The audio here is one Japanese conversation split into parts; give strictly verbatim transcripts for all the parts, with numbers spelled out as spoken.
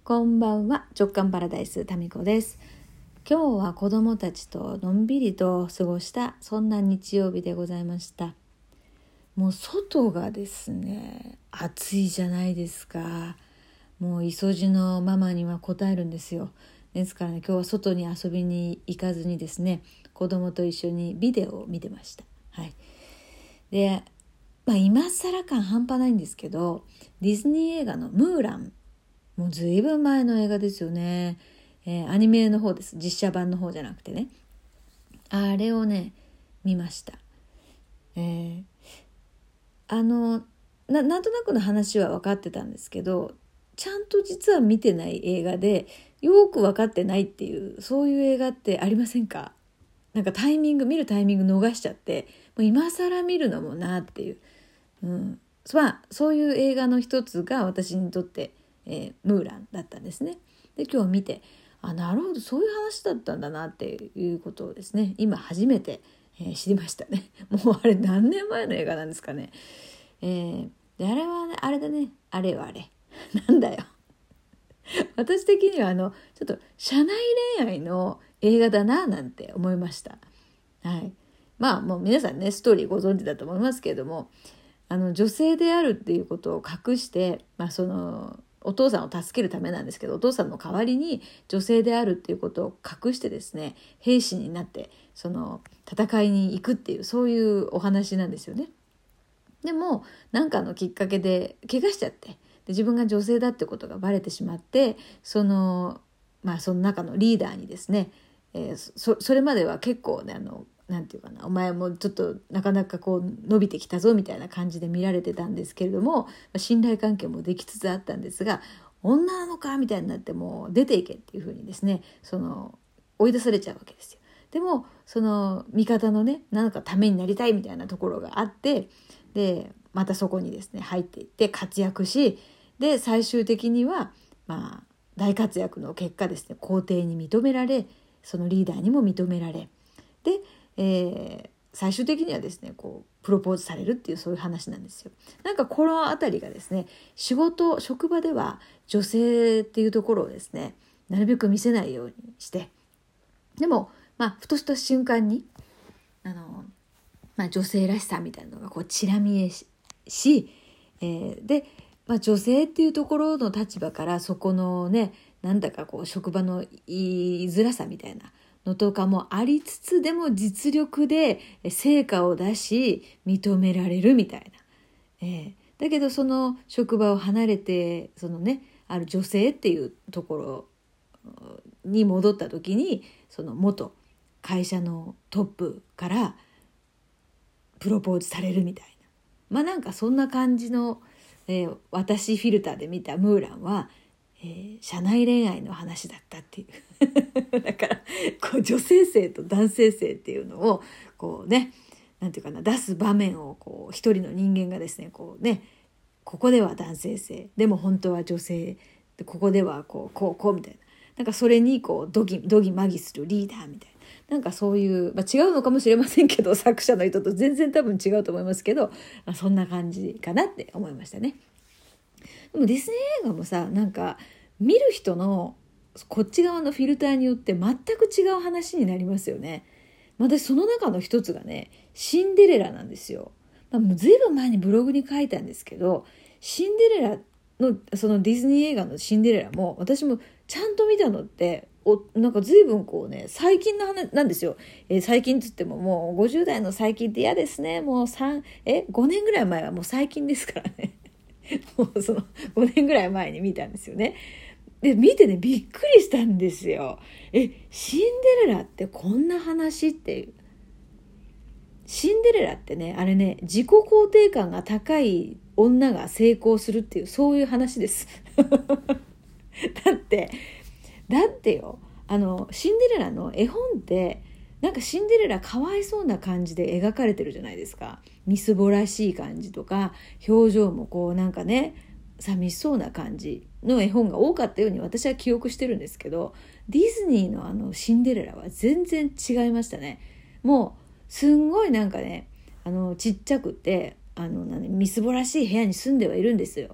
こんばんは。直感パラダイスタミコです。今日は子供たちとのんびりと過ごしたそんな日曜日でございました。もう外がですね暑いじゃないですか。もう磯路のママには答えるんですよ。ですからね、今日は外に遊びに行かずにですね、子供と一緒にビデオを見てました。はい。で、まあ今更感半端ないんですけど、ディズニー映画のムーラン、もうずいぶん前の映画ですよね、えー、アニメの方です。実写版の方じゃなくてね、あれをね見ました。えー、あの な, なんとなくの話は分かってたんですけど、ちゃんと実は見てない映画でよく分かってないっていう、そういう映画ってありませんか？なんかタイミング見るタイミング逃しちゃって、もう今更見るのもなっていう、うん、まあそういう映画の一つが私にとってえー、ムーランだったんですね。で今日見て、あ、なるほど、そういう話だったんだなっていうことをですね、今初めて、えー、知りましたね。もうあれ何年前の映画なんですかね。えー、であれはね、あれだね、あれはあれなんだよ私的にはあのちょっと社内恋愛の映画だななんて思いました。はい。まあもう皆さんねストーリーご存知だと思いますけれども、あの女性であるっていうことを隠して、まあそのお父さんを助けるためなんですけど、お父さんの代わりに女性であるっていうことを隠してですね、兵士になってその戦いに行くっていう、そういうお話なんですよね。でも何かのきっかけで怪我しちゃって、で自分が女性だってことがバレてしまって、そのまあその中のリーダーにですね、えー、そ, それまでは結構ね、あのなんていうかな、お前もちょっとなかなかこう伸びてきたぞみたいな感じで見られてたんですけれども、信頼関係もできつつあったんですが、女なのかみたいになって、もう出ていけっていう風にですね、その追い出されちゃうわけですよ。でもその味方のね、なんかためになりたいみたいなところがあって、でまたそこにですね入っていって活躍し、で最終的にはまあ大活躍の結果ですね、皇帝に認められ、そのリーダーにも認められ、でえー、最終的にはですねこうプロポーズされるっていう、そういう話なんですよ。なんかこのあたりがですね、仕事職場では女性っていうところをですねなるべく見せないようにして、でもまあふとした瞬間にあの、まあ、女性らしさみたいなのがこうちら見えし、しえー、で、まあ、女性っていうところの立場からそこのね、なんだかこう職場の言いづらさみたいなのとかもありつつ、でも実力で成果を出し認められるみたいな、えー、だけどその職場を離れて、そのねある女性っていうところに戻った時に、その元会社のトップからプロポーズされるみたいな、まあなんかそんな感じの、えー、私フィルターで見たムーランは、えー、社内恋愛の話だったっていうだからこう女性性と男性性っていうのをこうね、なんていうかな、出す場面をこう一人の人間がですね、こうね、ここでは男性性でも本当は女性で、ここではこうこうこうみたいな、なんかそれにこうドギドギマギするリーダーみたいな、なんかそういう、まあ、違うのかもしれませんけど、作者の人と全然多分違うと思いますけど、まあ、そんな感じかなって思いましたね。でもディズニー映画もさ、なんか見る人のこっち側のフィルターによって全く違う話になりますよね。私その中の一つがね、シンデレラなんですよ。まあ、もうずいぶん前にブログに書いたんですけど、シンデレラのそのディズニー映画のシンデレラも私もちゃんと見たのっておなんかずいぶんこうね最近の話なんですよ。えー、最近っつってももうごじゅう代の最近って嫌ですね。もうさんえごねんぐらい前はもう最近ですからねもうそのごねんぐらい前に見たんですよね。で見てねびっくりしたんですよ。えシンデレラってこんな話っていう。シンデレラってね、あれね、自己肯定感が高い女が成功するっていう、そういう話ですだってだってよ、あのシンデレラの絵本ってなんかシンデレラかわいそうな感じで描かれてるじゃないですか。みすぼらしい感じとか、表情もこうなんかね寂しそうな感じの絵本が多かったように私は記憶してるんですけど、ディズニーのあのシンデレラは全然違いましたね。もうすんごいなんかね、あのちっちゃくて、あのみすぼらしい部屋に住んではいるんですよ。で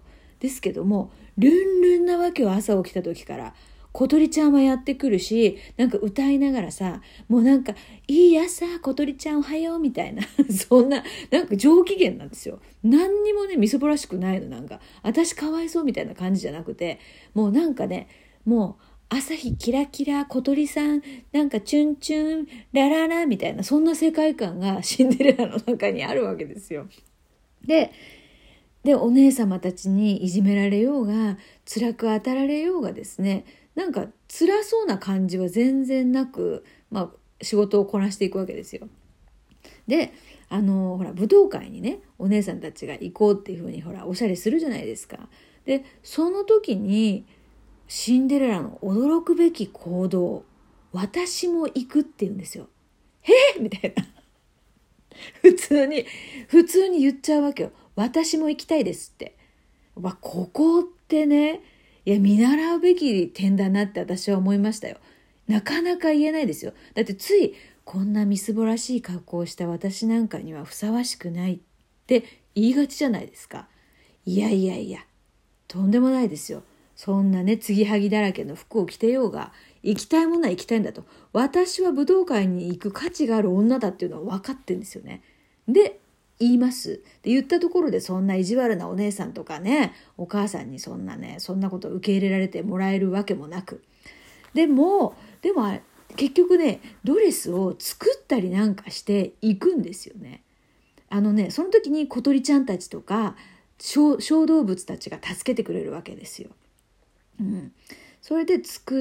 ですけども、ルンルンなわけよ。朝起きた時から小鳥ちゃんはやってくるし、なんか歌いながらさ、もうなんかいい朝小鳥ちゃんおはようみたいなそんななんか上機嫌なんですよ。何にもねみそぼらしくないの。なんか私かわいそうみたいな感じじゃなくて、もうなんかね、もう朝日キラキラ小鳥さんなんかチュンチュンラララみたいな、そんな世界観がシンデレラの中にあるわけですよ。ででお姉様たちにいじめられようが辛く当たられようがですね、なんか辛そうな感じは全然なく、まあ、仕事をこなしていくわけですよ。であのほら武道会にねお姉さんたちが行こうっていうふうにほらおしゃれするじゃないですか。でその時にシンデレラの驚くべき行動、私も行くって言うんですよ。へえみたいな普通に普通に言っちゃうわけよ。私も行きたいですって。わここってね、いや見習うべき点だなって私は思いましたよ。なかなか言えないですよ。だってついこんなみすぼらしい格好をした私なんかにはふさわしくないって言いがちじゃないですか。いやいやいや、とんでもないですよ。そんなね継ぎはぎだらけの服を着てようが、行きたいものは行きたいんだと。私は武道会に行く価値がある女だっていうのは分かってるんですよね。で言いますで言ったところで、そんな意地悪なお姉さんとかね、お母さんにそんなねそんなことを受け入れられてもらえるわけもなく、でもでも結局ねドレスを作ったりなんかしていくんですよね。あのねその時に小鳥ちゃんたちとか小、小動物たちが助けてくれるわけですよ。うん、それで作って、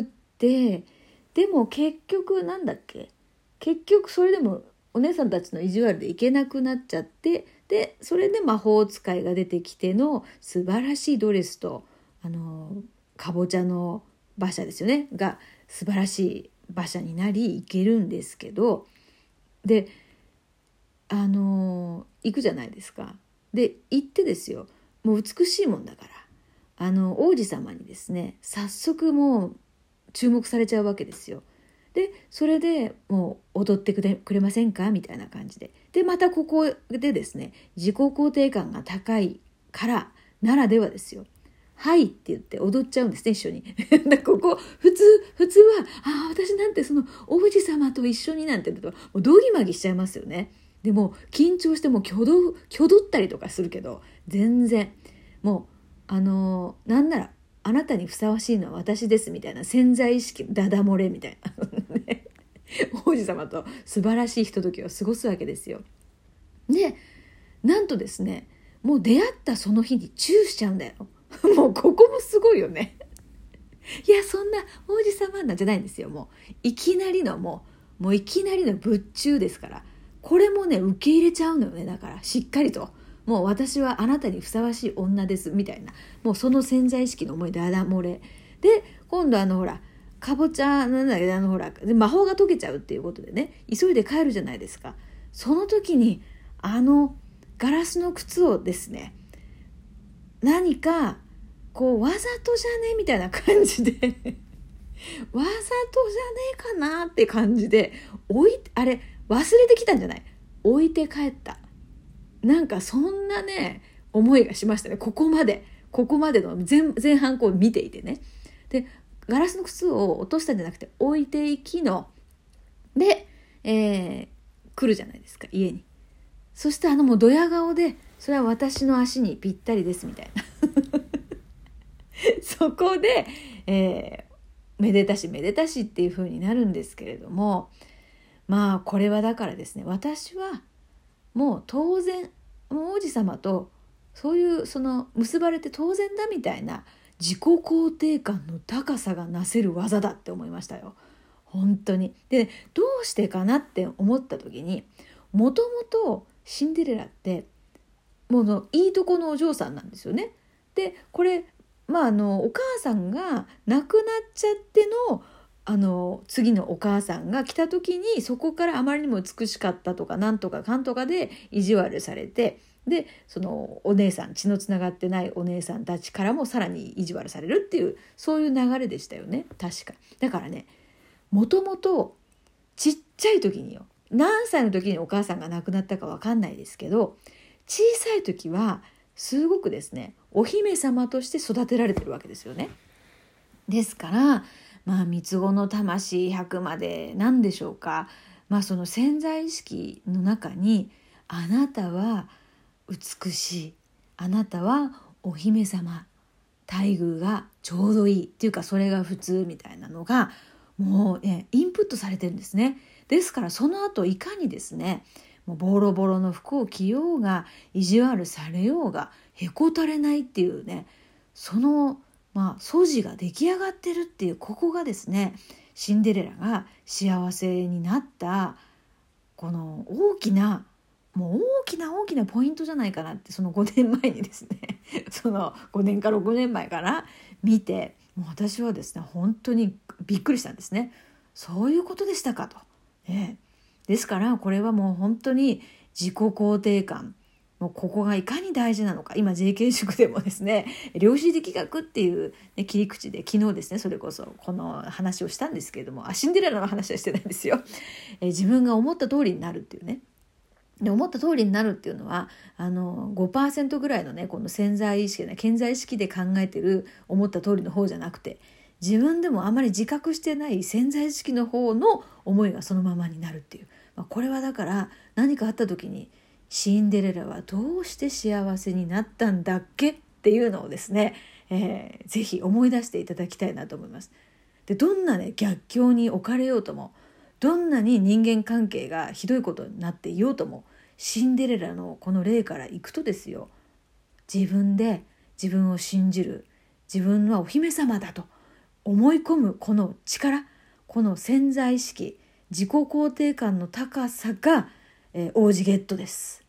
でも結局なんだっけ結局それでもお姉さんたちの意地悪でいけなくなっちゃって、でそれで魔法使いが出てきての素晴らしいドレスと、あのかぼちゃの馬車ですよねが素晴らしい馬車になり行けるんですけど、であの行くじゃないですか。で行ってですよ、もう美しいもんだから、あの王子様にですね早速もう注目されちゃうわけですよ。でそれでもう踊ってくれ、くれませんかみたいな感じで、でまたここでですね自己肯定感が高いからならではですよ、はいって言って踊っちゃうんですね一緒にでここ普通普通はあ私なんてその王子様と一緒になんて言うともうドギマギしちゃいますよね。でも緊張してもう挙動挙動ったりとかするけど、全然もうあのー、なんならあなたにふさわしいのは私ですみたいな潜在意識ダダ漏れみたいなね王子様と素晴らしいひとときを過ごすわけですよ。でなんとですねもう出会ったその日にチューしちゃうんだよもうここもすごいよねいやそんな王子様なんじゃないんですよ。もういきなりのもうもういきなりのぶっちゅうですから、これもね受け入れちゃうのよね。だからしっかりともう私はあなたにふさわしい女ですみたいな、もうその潜在意識の思いダダ漏れで、今度あのほらかぼちゃなんだけどあのほら魔法が解けちゃうっていうことでね急いで帰るじゃないですか。その時にあのガラスの靴をですね何かこうわざとじゃねみたいな感じでわざとじゃねえかなって感じで置いあれ忘れてきたんじゃない、置いて帰った、なんかそんなね思いがしましたね。ここまでここまでの 前, 前半こう見ていてね、でガラスの靴を落としたんじゃなくて置いていきので、えー、来るじゃないですか家に。そしてあのもうドヤ顔でそれは私の足にぴったりですみたいなそこで、えー、めでたしめでたしっていう風になるんですけれども、まあこれはだからですね、私はもう当然もう王子様とそういうその結ばれて当然だみたいな自己肯定感の高さがなせる技だって思いましたよ本当に。でどうしてかなって思った時に、もともとシンデレラってもういいとこのお嬢さんなんですよね。でこれまああのお母さんが亡くなっちゃってのあの次のお母さんが来た時にそこからあまりにも美しかったとかなんとかかんとかで意地悪されて、でそのお姉さん血のつながってないお姉さんたちからもさらに意地悪されるっていうそういう流れでしたよね確か。だからねもともとちっちゃい時によ、何歳の時にお母さんが亡くなったか分かんないですけど、小さい時はすごくですねお姫様として育てられてるわけですよね。ですからまあ三つ子の魂百まで何でしょうか、まあその潜在意識の中にあなたは美しい、あなたはお姫様、待遇がちょうどいいっていうかそれが普通みたいなのがもうねインプットされてるんですね。ですからその後いかにですねもうボロボロの服を着ようが意地悪されようがへこたれないっていうねそのまあ素地が出来上がってるっていうここがですねシンデレラが幸せになったこの大きなもう大きな大きなポイントじゃないかなってそのごねんまえにですねそのごねんかろくねんまえから見てもう私はですね本当にびっくりしたんですね。そういうことでしたかと、ええ、ですからこれはもう本当に自己肯定感もうここがいかに大事なのか今 ジェーケー 塾でもですね量子力学っていう、ね、切り口で昨日ですねそれこそこの話をしたんですけれどもあシンデレラの話はしてないんですよ、え自分が思った通りになるっていうねで思った通りになるっていうのはあの ごパーセント ぐらいのねこの潜在意識で潜在意識で考えてる思った通りの方じゃなくて自分でもあまり自覚してない潜在意識の方の思いがそのままになるっていう、まあ、これはだから何かあった時にシンデレラはどうして幸せになったんだっけっていうのをですね、えー、ぜひ思い出していただきたいなと思います。でどんなね逆境に置かれようともどんなに人間関係がひどいことになっていようともシンデレラのこの例からいくとですよ自分で自分を信じる自分はお姫様だと思い込むこの力この潜在意識自己肯定感の高さが、えー、王子ゲットです。